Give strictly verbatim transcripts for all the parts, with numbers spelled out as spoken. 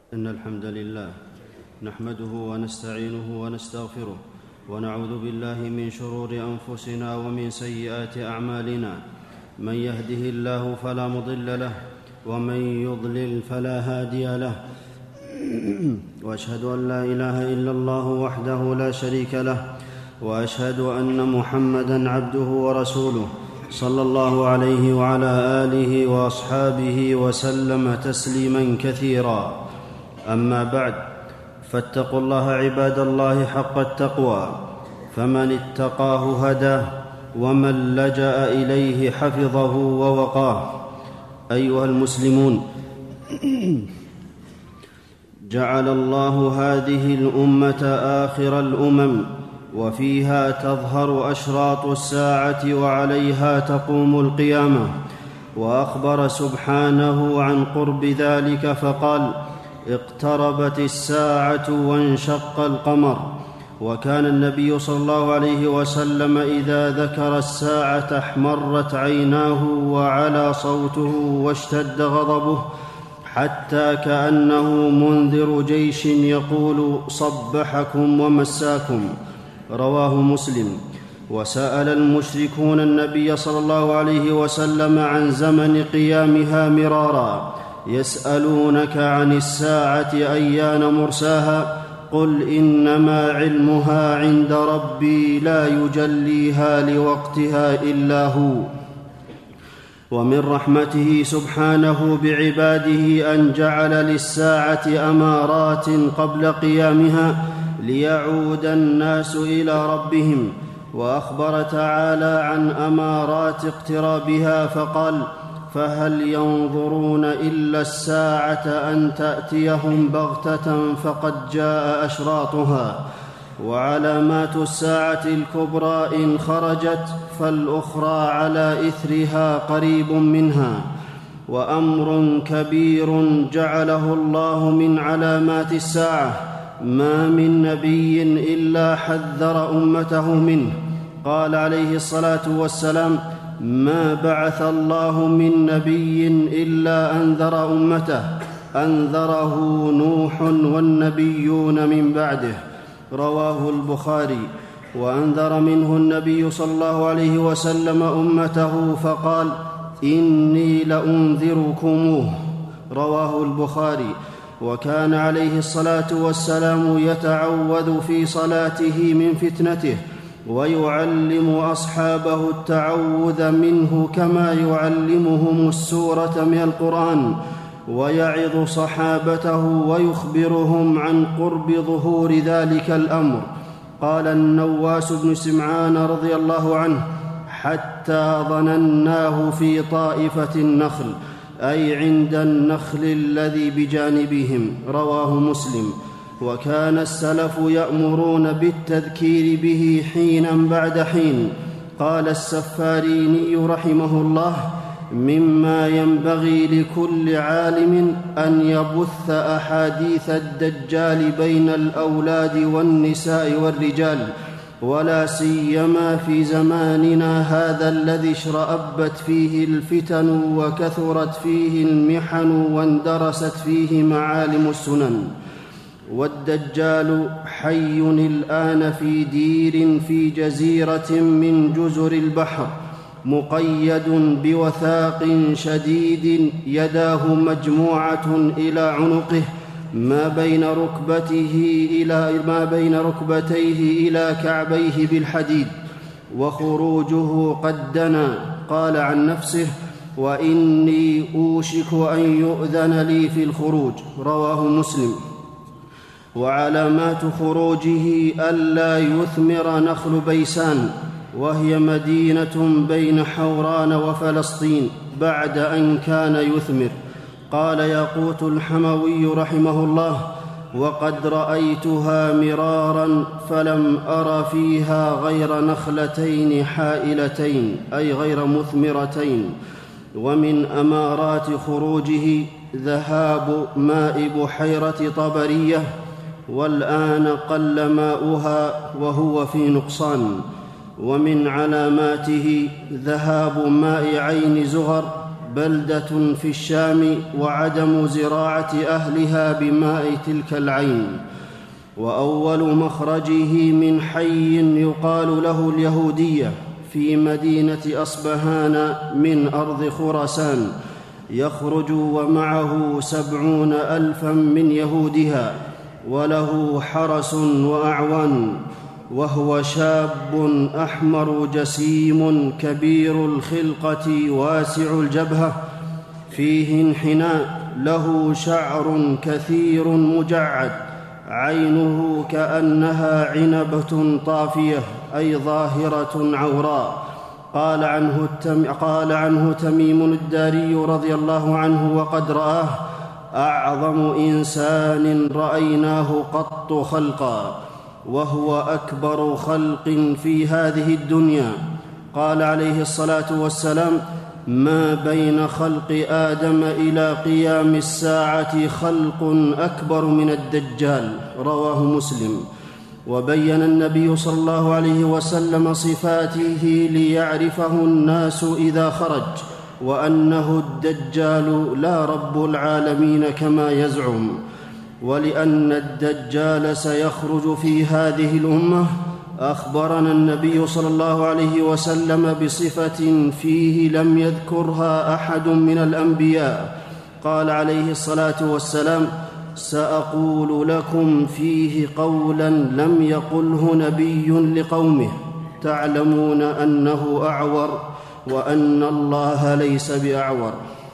إن الحمد لله نحمده ونستعينه ونستغفره ونعوذ بالله من شرور أنفسنا ومن سيئات أعمالنا. من يهده الله فلا مضل له ومن يضلل فلا هادي له. وأشهد أن لا إله إلا الله وحده لا شريك له، وأشهد أن محمدًا عبده ورسوله صلى الله عليه وعلى آله وأصحابه وسلم تسليمًا كثيرا. أما بعد، فاتقوا الله عباد الله حق التقوى، فمن اتقاه هداه ومن لجأ إليه حفظه ووقاه. أيها المسلمون، جعل الله هذه الأمة آخر الأمم، وفيها تظهر أشراط الساعة وعليها تقوم القيامة. وأخبر سبحانه عن قرب ذلك فقال: اقتربت الساعة وانشق القمر. وكان النبي صلى الله عليه وسلم إذا ذكر الساعة احمرت عيناه وعلى صوته واشتد غضبه، حتى كأنه منذر جيش يقول: صبحكم ومساكم. رواه مسلم. وسأل المشركون النبي صلى الله عليه وسلم عن زمن قيامها مرارا، يسألونك عن الساعة أيان مرساها، قل إنما علمها عند ربي لا يجليها لوقتها إلا هو. ومن رحمته سبحانه بعباده أن جعل للساعة أمارات قبل قيامها ليعود الناس إلى ربهم. وأخبر تعالى عن أمارات اقترابها فقال: فهل ينظرون إلا الساعة أن تأتيهم بغتة فقد جاء أشراطها. وعلامات الساعة الكبرى إن خرجت فالأخرى على إثرها قريب منها. وأمر كبير جعله الله من علامات الساعة ما من نبي إلا حذر أمته منه. قال عليه الصلاة والسلام: ما بعث الله من نبي إلا أنذر أمته، أنذره نوح والنبيون من بعده. رواه البخاري. وأنذر منه النبي صلى الله عليه وسلم أمته فقال: إني لأنذركموه. رواه البخاري. وكان عليه الصلاة والسلام يتعوذ في صلاته من فتنته، ويعلم أصحابه التعوذ منه كما يعلمهم السورة من القرآن، ويعظ صحابته ويخبرهم عن قرب ظهور ذلك الأمر. قال النواس بن سمعان رضي الله عنه: حتى ظنناه في طائفة النخل، أي عند النخل الذي بجانبهم. رواه مسلم. وكان السلف يأمرون بالتذكير به حينا بعد حين. قال السفاريني رحمه الله: مما ينبغي لكل عالم أن يبث أحاديث الدجال بين الأولاد والنساء والرجال، ولا سيما في زماننا هذا الذي اشرأبت فيه الفتن وكثرت فيه المحن واندرست فيه معالم السنن. والدجال حي الآن في دير في جزيرة من جزر البحر، مقيد بوثاق شديد، يداه مجموعة إلى عنقه، ما بين ركبته إلى ما بين ركبتيه إلى كعبيه بالحديد، وخروجه قد دنا. قال عن نفسه: وإني أوشك أن يؤذن لي في الخروج. رواه مسلم. وعلامات خروجه ألا يثمر نخل بيسان، وهي مدينة بين حوران وفلسطين، بعد أن كان يثمر. قال ياقوت الحموي رحمه الله: وقد رأيتها مرارا فلم أر فيها غير نخلتين حائلتين، أي غير مثمرتين. ومن أمارات خروجه ذهاب ماء بحيرة طبرية، والآن قل ماؤها وهو في نقصان. ومن علاماته ذهاب ماء عين زغر بلدة في الشام وعدم زراعة أهلها بماء تلك العين. وأول مخرجه من حي يقال له اليهودية في مدينة أصبهان من أرض خراسان، يخرج ومعه سبعون ألفا من يهودها، وله حرس وأعوان، وهو شاب أحمر جسيم كبير الخلقة واسع الجبهة فيه انحناء، له شعر كثير مجعد، عينه كأنها عنبة طافية أي ظاهرة عوراء. قال عنه, التم... قال عنه تميم الداري رضي الله عنه وقد رآه: أعظم إنسان رأيناه قط خلقا، وهو أكبر خلق في هذه الدنيا. قال عليه الصلاة والسلام: ما بين خلق آدم إلى قيام الساعة خلق أكبر من الدجال. رواه مسلم. وبين النبي صلى الله عليه وسلم صفاته ليعرفه الناس إذا خرج، وأنه الدجال لا رب العالمين كما يزعم. ولأن الدجال سيخرج في هذه الأمة أخبرنا النبي صلى الله عليه وسلم بصفة فيه لم يذكرها أحد من الأنبياء. قال عليه الصلاة والسلام: سأقول لكم فيه قولا لم يقله نبي لقومه، تعلمون أنه أعور وأن الله ليس بأعور.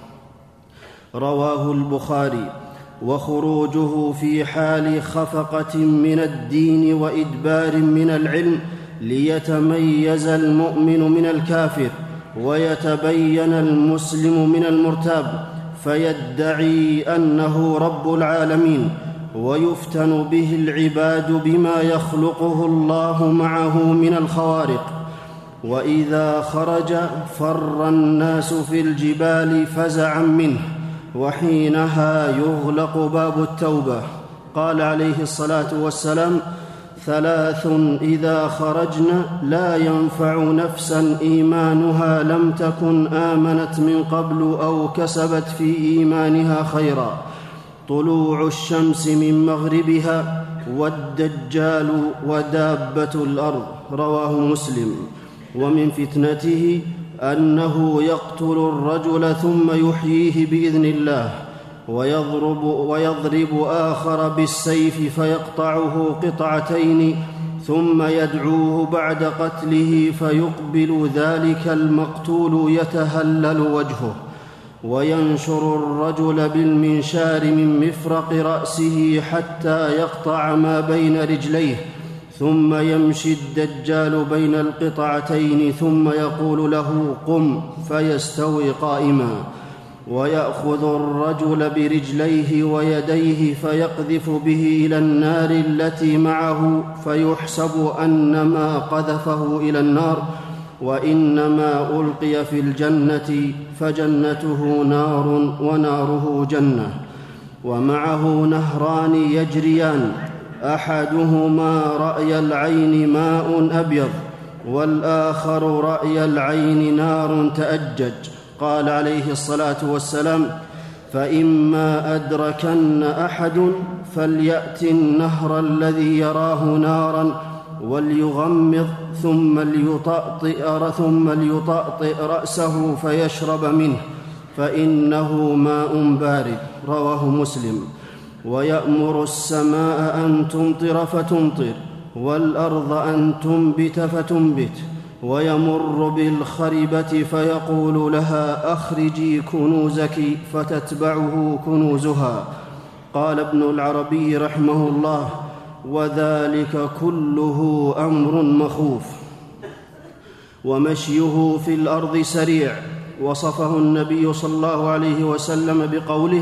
رواه البخاري. وخروجه في حال خفقة من الدين وإدبار من العلم ليتميز المؤمن من الكافر ويتبين المسلم من المرتاب، فيدعي أنه رب العالمين، ويفتن به العباد بما يخلقه الله معه من الخوارق. وإذا خرج فر الناس في الجبال فزعا منه، وحينها يغلق باب التوبة. قال عليه الصلاة والسلام: ثلاث إذا خرجن لا ينفع نفسا إيمانها لم تكن آمنت من قبل أو كسبت في إيمانها خيرا: طلوع الشمس من مغربها، والدجال، ودابة الأرض. رواه مسلم. ومن فتنته أنه يقتل الرجل ثم يحييه بإذن الله، ويضرب, ويضرب آخر بالسيف فيقطعه قطعتين، ثم يدعوه بعد قتله فيقبل ذلك المقتول يتهلل وجهه، وينشر الرجل بالمنشار من مفرق رأسه حتى يقطع ما بين رجليه، ثم يمشي الدجال بين القطعتين ثم يقول له: قم، فيستوي قائما، ويأخذ الرجل برجليه ويديه فيقذف به إلى النار التي معه، فيحسب أنما قذفه إلى النار، وإنما ألقي في الجنة، فجنته نار وناره جنة. ومعه نهران يجريان، أحدهما رأي العين ماء أبيض، والآخر رأي العين نار تأجج. قال عليه الصلاة والسلام: فإما أدركن أحد فليأت النهر الذي يراه نارا وليغمض ثم ليطأطئ, ثم ليطأطئ رأسه فيشرب منه، فإنه ماء بارد. رواه مسلم. ويأمر السماء أن تمطر فتمطر، والأرض أن تنبت فتنبت، ويمر بالخربة فيقول لها: أخرجي كنوزك، فتتبعه كنوزها. قال ابن العربي رحمه الله: وذلك كله أمر مخوف. ومشيه في الأرض سريع. وصفه النبي صلى الله عليه وسلم بقوله: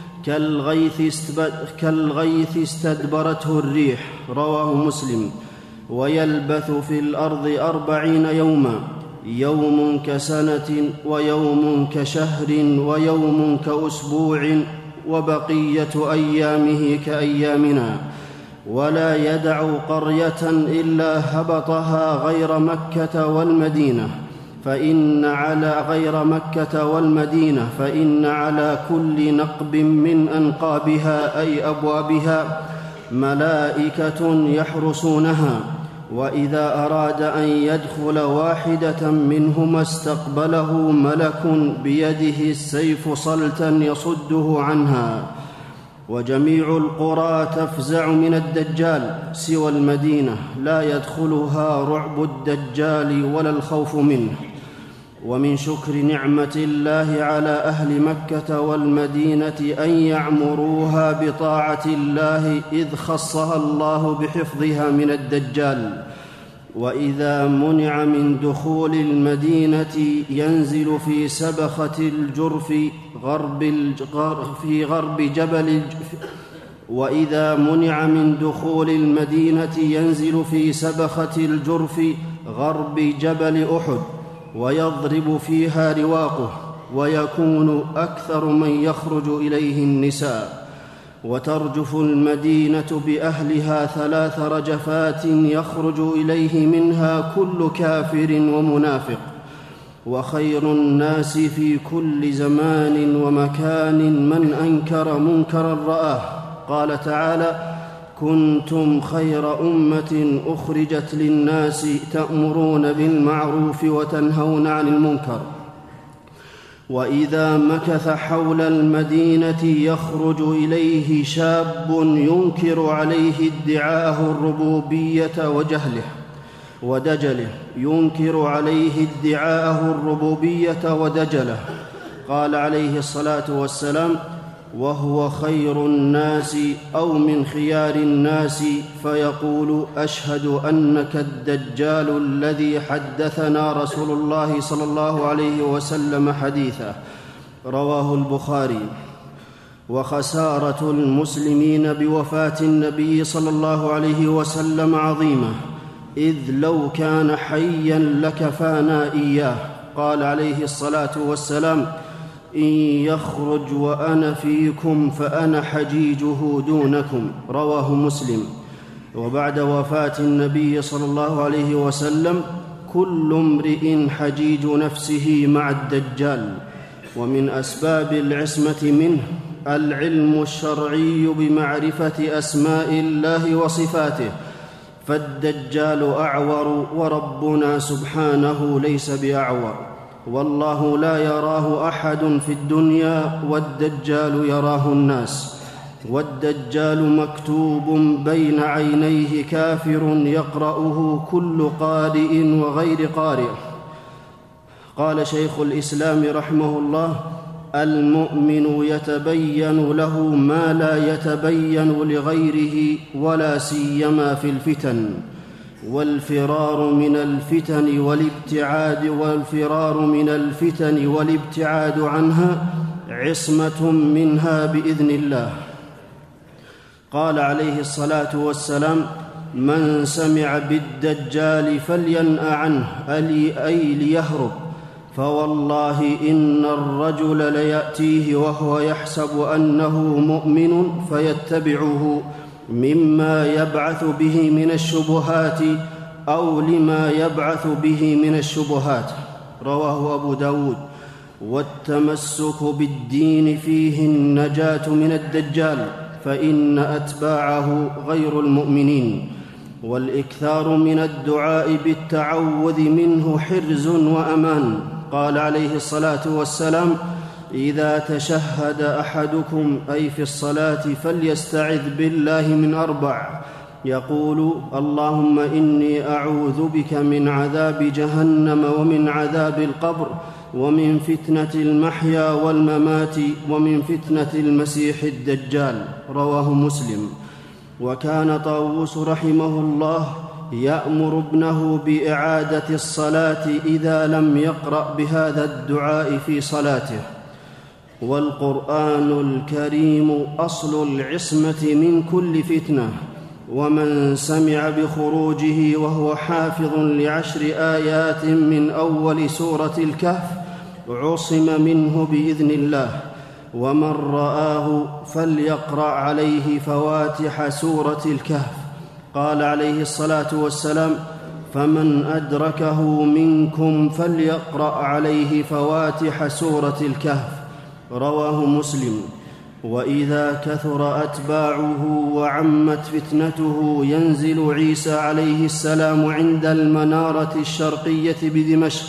كالغيث استدبرته الريح. رواه مسلم. ويلبث في الأرض أربعين يوما، يوم كسنة، ويوم كشهر، ويوم كأسبوع، وبقية أيامه كأيامنا، ولا يدع قرية إلا هبطها غير مكة والمدينة، فإن على غير مكة والمدينة فإن على كل نقب من أنقابها أي أبوابها ملائكة يحرسونها، وإذا أراد أن يدخل واحدة منهما استقبله ملك بيده السيف صلتا يصده عنها. وجميع القرى تفزع من الدجال سوى المدينة، لا يدخلها رعب الدجال ولا الخوف منه. ومن شكر نعمة الله على أهل مكة والمدينة أن يعمروها بطاعة الله إذ خصها الله بحفظها من الدجال. وإذا منع من دخول المدينة ينزل في سبخة الجرف غرب في غرب جبل وإذا منع من دخول المدينة ينزل في سبخة الجرف غرب جبل أحد ويضرب فيها رواقه، ويكون أكثر من يخرج إليه النساء. وترجف المدينة بأهلها ثلاث رجفات يخرج إليه منها كل كافر ومنافق. وخير الناس في كل زمان ومكان من أنكر منكرا رآه. قال تعالى: كنتم خير أمة أخرجت للناس تأمرون بالمعروف وتنهون عن المنكر. وإذا مكث حول المدينة يخرج إليه شاب ينكر عليه ادعاءه الربوبية وجهله ودجله ينكر عليه ادعاءه الربوبية ودجله. قال عليه الصلاة والسلام: وهو خير الناس أو من خيار الناس، فيقول: أشهد أنك الدجال الذي حدثنا رسول الله صلى الله عليه وسلم حديثا. رواه البخاري. وخسارة المسلمين بوفاة النبي صلى الله عليه وسلم عظيمة، إذ لو كان حيا لكفانا إياه. قال عليه الصلاة والسلام: إن يخرج وأنا فيكم فأنا حجيجه دونكم. رواه مسلم. وبعد وفاة النبي صلى الله عليه وسلم كل امرئ حجيج نفسه مع الدجال. ومن أسباب العصمة منه العلم الشرعي بمعرفة أسماء الله وصفاته، فالدجال أعور وربنا سبحانه ليس بأعور، والله لا يراه أحد في الدنيا والدجال يراه الناس. والدجال مكتوب بين عينيه كافر يقرأه كل قارئ وغير قارئ. قال شيخ الإسلام رحمه الله: المؤمن يتبين له ما لا يتبين لغيره ولا سيما في الفتن. والفرار من الفتن والابتعاد والفرار من الفتن والابتعاد عنها عصمة منها بإذن الله. قال عليه الصلاة والسلام: من سمع بالدجال فلينأ عنه أي ليهرب، فوالله إن الرجل ليأتيه وهو يحسب أنه مؤمن فيتبعه مما يبعث به من الشبهات أو لما يبعث به من الشبهات. رواه أبو داود. والتمسك بالدين فيه النجاة من الدجال، فإن أتباعه غير المؤمنين. والإكثار من الدعاء بالتعوذ منه حرز وأمان. قال عليه الصلاة والسلام: إذا تشهد أحدكم أي في الصلاة فليستعذ بالله من أربع، يقول: اللهم إني أعوذ بك من عذاب جهنم ومن عذاب القبر ومن فتنة المحيا والممات ومن فتنة المسيح الدجال. رواه مسلم. وكان طاووس رحمه الله يأمر ابنه بإعادة الصلاة إذا لم يقرأ بهذا الدعاء في صلاته. والقرآن الكريم أصل العصمة من كل فتنة، ومن سمع بخروجه وهو حافظ لعشر آيات من أول سورة الكهف عصم منه بإذن الله. ومن رآه فليقرأ عليه فواتح سورة الكهف. قال عليه الصلاة والسلام: فمن أدركه منكم فليقرأ عليه فواتح سورة الكهف. رواه مسلم. وإذا كثر أتباعه وعمت فتنته ينزل عيسى عليه السلام عند المنارة الشرقية بدمشق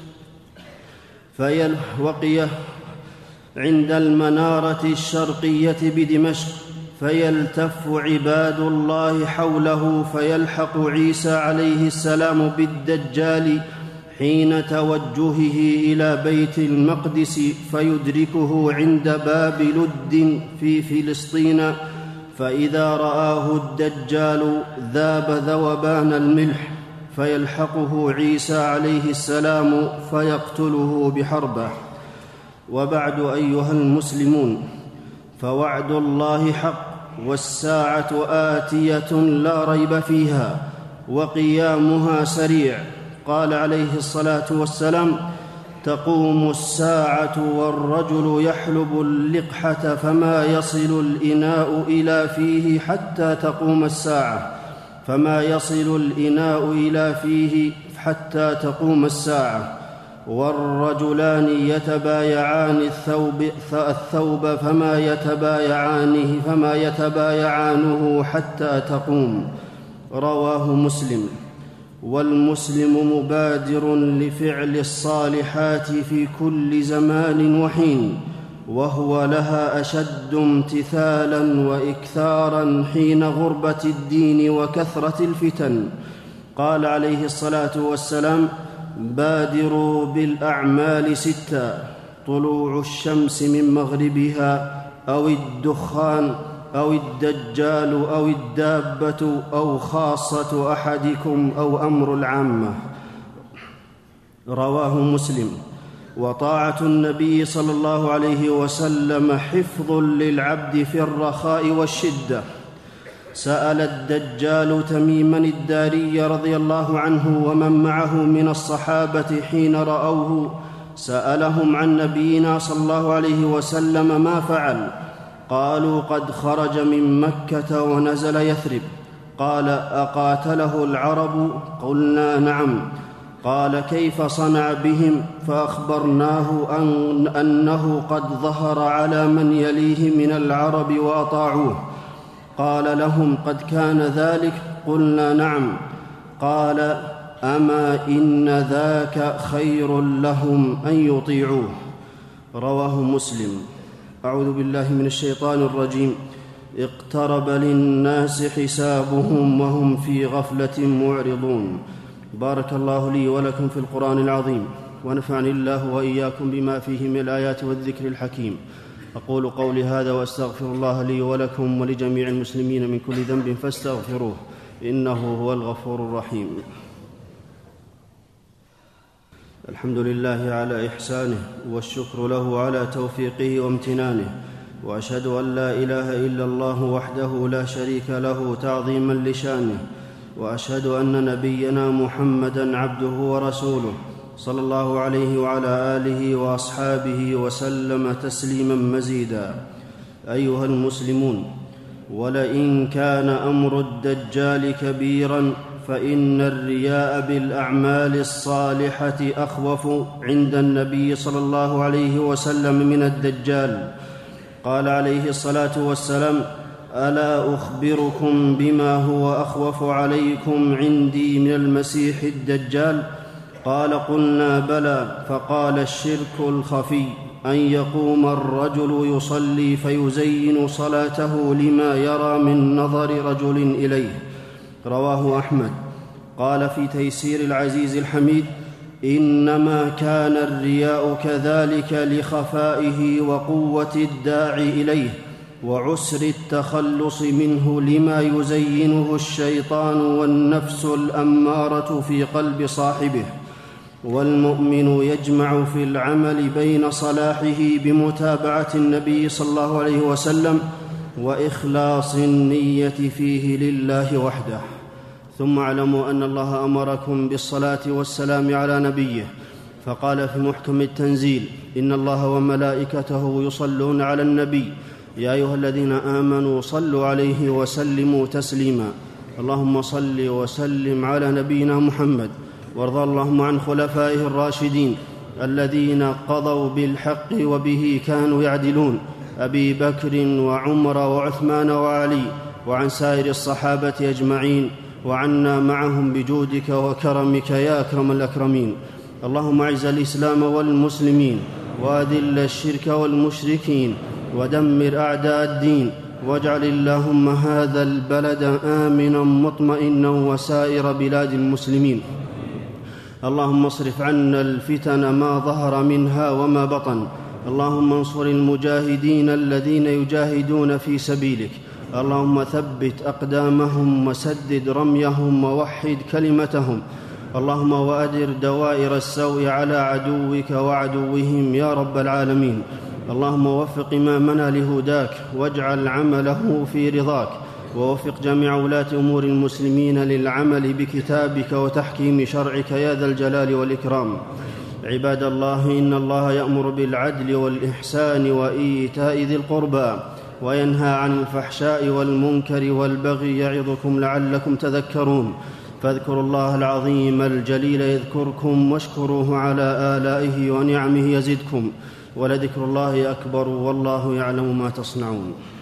فيلوقيه عند المنارة الشرقية بدمشق فيلتف عباد الله حوله فيلحق عيسى عليه السلام بالدجال حين توجهه إلى بيت المقدس فيدركه عند باب لد في فلسطين، فإذا رآه الدجال ذاب ذوبان الملح فيلحقه عيسى عليه السلام فيقتله بحربه. وبعد أيها المسلمون، فوعد الله حق، والساعة آتية لا ريب فيها، وقيامها سريع. قال عليه الصلاة والسلام: تقوم الساعة والرجل يحلب اللقحة فما يصل الإناء إلى فيه حتى تقوم الساعة فما يصل الإناء إلى فيه حتى تقوم الساعة والرجلان يتبايعان الثوب, الثوب فما يتبايعانه فما يتبايعانه حتى تقوم. رواه مسلم. والمسلم مبادر لفعل الصالحات في كل زمان وحين، وهو لها أشد امتثالا وإكثارا حين غربة الدين وكثرة الفتن. قال عليه الصلاة والسلام: بادروا بالأعمال ستا: طلوع الشمس من مغربها، أو الدخان، أو الدجال، أو الدابة، أو خاصة أحدكم، أو أمر العامة. رواه مسلم. وطاعة النبي صلى الله عليه وسلم حفظ للعبد في الرخاء والشدة. سأل الدجال تميما الداري رضي الله عنه ومن معه من الصحابة حين رأوه، سألهم عن نبينا صلى الله عليه وسلم ما فعل. قالوا: قد خرج من مكة ونزل يثرب. قال: أقاتله العرب؟ قلنا: نعم. قال: كيف صنع بهم؟ فأخبرناه أن أنه قد ظهر على من يليه من العرب وأطاعوه. قال لهم: قد كان ذلك؟ قلنا: نعم. قال: أما إن ذاك خير لهم أن يطيعوه. رواه مسلم. أعوذ بالله من الشيطان الرجيم. اقترب للناس حسابهم وهم في غفلة معرضون. بارك الله لي ولكم في القرآن العظيم، ونفعني الله وإياكم بما فيه من الآيات والذكر الحكيم. أقول قولي هذا وأستغفر الله لي ولكم ولجميع المسلمين من كل ذنب فاستغفروه، إنه هو الغفور الرحيم. الحمد لله على إحسانه، والشكر له على توفيقه وامتنانه، وأشهد أن لا إله إلا الله وحده لا شريك له تعظيما لشانه، وأشهد أن نبينا محمدًا عبده ورسوله صلى الله عليه وعلى آله وأصحابه وسلم تسليما مزيدا. أيها المسلمون، ولئن كان أمر الدجال كبيرا فإن الرياء بالأعمال الصالحة أخوف عند النبي صلى الله عليه وسلم من الدجال. قال عليه الصلاة والسلام: ألا أخبركم بما هو أخوف عليكم عندي من المسيح الدجال؟ قال: قلنا: بلى. فقال: الشرك الخفي، أن يقوم الرجل يصلي فيزين صلاته لما يرى من نظر رجل إليه. رواه أحمد. قال في تيسير العزيز الحميد: إنما كان الرياء كذلك لخفائه وقوة الداعي إليه وعسر التخلص منه لما يزينه الشيطان والنفس الأمارة في قلب صاحبه. والمؤمن يجمع في العمل بين صلاحه بمتابعة النبي صلى الله عليه وسلم وإخلاص النية فيه لله وحده. ثم اعلموا أن الله أمركم بالصلاة والسلام على نبيه، فقال في محكم التنزيل: إن الله وملائكته يصلون على النبي يا أيها الذين آمنوا صلوا عليه وسلموا تسليما. اللهم صل وسلم على نبينا محمد، وارض اللهم عن خلفائه الراشدين الذين قضوا بالحق وبه كانوا يعدلون، أبي بكر وعمر وعثمان وعلي، وعن سائر الصحابة أجمعين، وعنا معهم بجودك وكرمك يا أكرم الأكرمين. اللهم أعز الإسلام والمسلمين، وأذل الشرك والمشركين، ودمر أعداء الدين، واجعل اللهم هذا البلد آمنا مطمئنا وسائر بلاد المسلمين. اللهم اصرف عنا الفتن ما ظهر منها وما بطن. اللهم انصر المجاهدين الذين يجاهدون في سبيلك. اللهم ثبت أقدامهم وسدد رميهم ووحد كلمتهم. اللهم وأدر دوائر السوء على عدوك وعدوهم يا رب العالمين. اللهم وفق إمامنا لهداك، واجعل عمله في رضاك، ووفق جميع ولاة أمور المسلمين للعمل بكتابك وتحكيم شرعك يا ذا الجلال والإكرام. عباد الله، إن الله يأمر بالعدل والإحسان وإيتاء ذي القربى، وينهى عن الفحشاء والمنكر والبغي، يعظكم لعلكم تذكرون. فاذكروا الله العظيم الجليل يذكركم، واشكروه على آلائه ونعمه يزدكم، ولذكر الله أكبر، والله يعلم ما تصنعون.